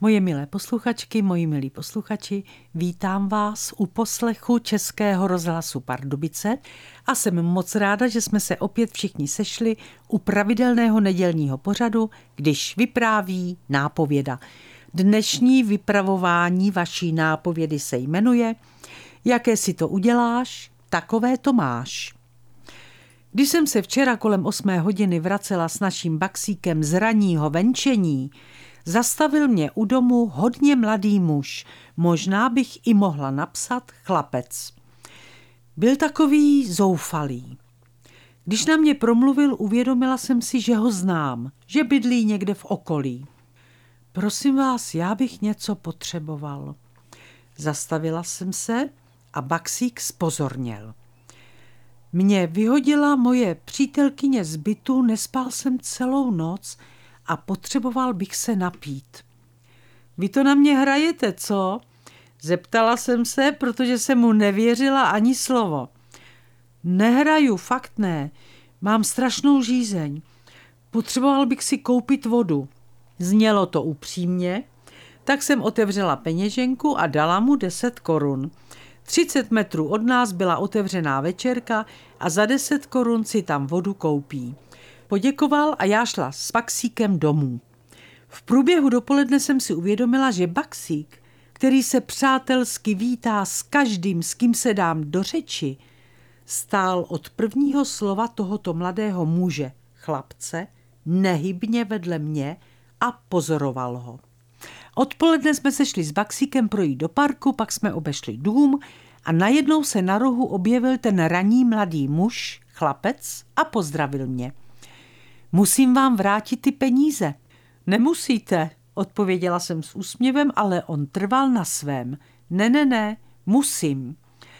Moje milé posluchačky, moji milí posluchači, vítám vás u poslechu Českého rozhlasu Pardubice a jsem moc ráda, že jsme se opět všichni sešli u pravidelného nedělního pořadu, když vypráví nápověda. Dnešní vypravování vaší nápovědy se jmenuje Jaké si to uděláš, takové to máš. Když jsem se včera kolem 8 hodiny vracela s naším Baxíkem z ranního venčení, zastavil mě u domu hodně mladý muž, možná bych i mohla napsat chlapec. Byl takový zoufalý. Když na mě promluvil, uvědomila jsem si, že ho znám, že bydlí někde v okolí. Prosím vás, já bych něco potřeboval. Zastavila jsem se a Baxík zpozorněl. Mě vyhodila moje přítelkyně z bytu, nespal jsem celou noc a potřeboval bych se napít. Vy to na mě hrajete, co? Zeptala jsem se, protože jsem mu nevěřila ani slovo. Nehraju, fakt ne. Mám strašnou žízeň. Potřeboval bych si koupit vodu. Znělo to upřímně, tak jsem otevřela peněženku a dala mu 10 korun. 30 metrů od nás byla otevřená večerka a za 10 korun si tam vodu koupí. Poděkoval a já šla s Baxíkem domů. V průběhu dopoledne jsem si uvědomila, že Baxík, který se přátelsky vítá s každým, s kým se dám do řeči, stál od prvního slova tohoto mladého muže, chlapce, nehybně vedle mě a pozoroval ho. Odpoledne jsme se šli s Baxíkem projít do parku, pak jsme obešli dům a najednou se na rohu objevil ten ranní mladý muž, chlapec, a pozdravil mě. Musím vám vrátit ty peníze. Nemusíte, odpověděla jsem s úsměvem, ale on trval na svém. Ne, musím.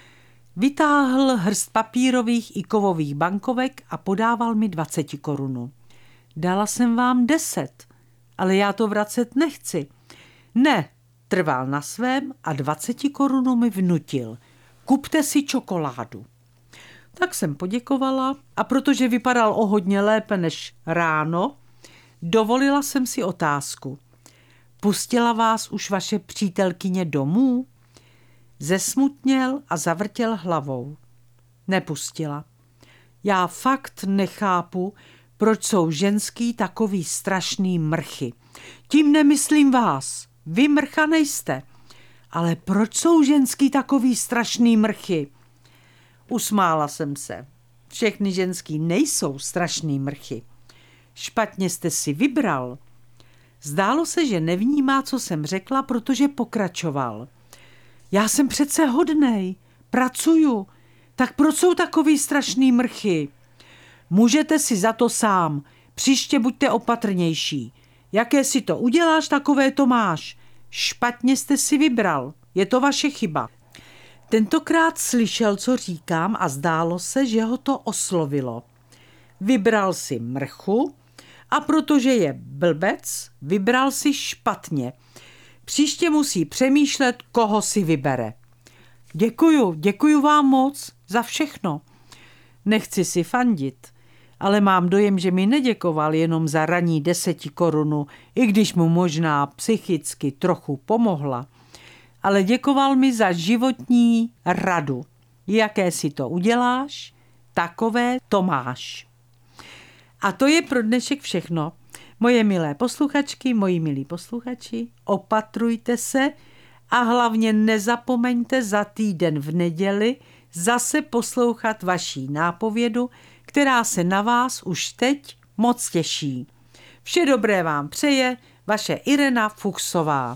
Vytáhl hrst papírových i kovových bankovek a podával mi 20 korunu. Dala jsem vám 10, ale já to vracet nechci. Ne, trval na svém a 20 korunu mi vnutil. Kupte si čokoládu. Tak jsem poděkovala a protože vypadal o hodně lépe než ráno, dovolila jsem si otázku. Pustila vás už vaše přítelkyně domů? Zesmutněl a zavrtěl hlavou. Nepustila. Já fakt nechápu, proč jsou ženský takový strašný mrchy. Tím nemyslím vás. Vy mrcha nejste. Ale proč jsou ženský takový strašný mrchy? Usmála jsem se. Všechny ženský nejsou strašný mrchy. Špatně jste si vybral. Zdálo se, že nevnímá, co jsem řekla, protože pokračoval. Já jsem přece hodnej, pracuju, tak proč jsou takový strašný mrchy? Můžete si za to sám, příště buďte opatrnější. Jaké si to uděláš, takové to máš. Špatně jste si vybral, je to vaše chyba. Tentokrát slyšel, co říkám a zdálo se, že ho to oslovilo. Vybral si mrchu a protože je blbec, vybral si špatně. Příště musí přemýšlet, koho si vybere. Děkuju vám moc za všechno. Nechci si fandit, ale mám dojem, že mi neděkoval jenom za ranní 10 korunu, i když mu možná psychicky trochu pomohla. Ale děkoval mi za životní radu. Jaké si to uděláš, takové to máš. A to je pro dnešek všechno. Moje milé posluchačky, moji milí posluchači, opatrujte se a hlavně nezapomeňte za týden v neděli zase poslouchat vaší nápovědu, která se na vás už teď moc těší. Vše dobré vám přeje vaše Irena Fuchsová.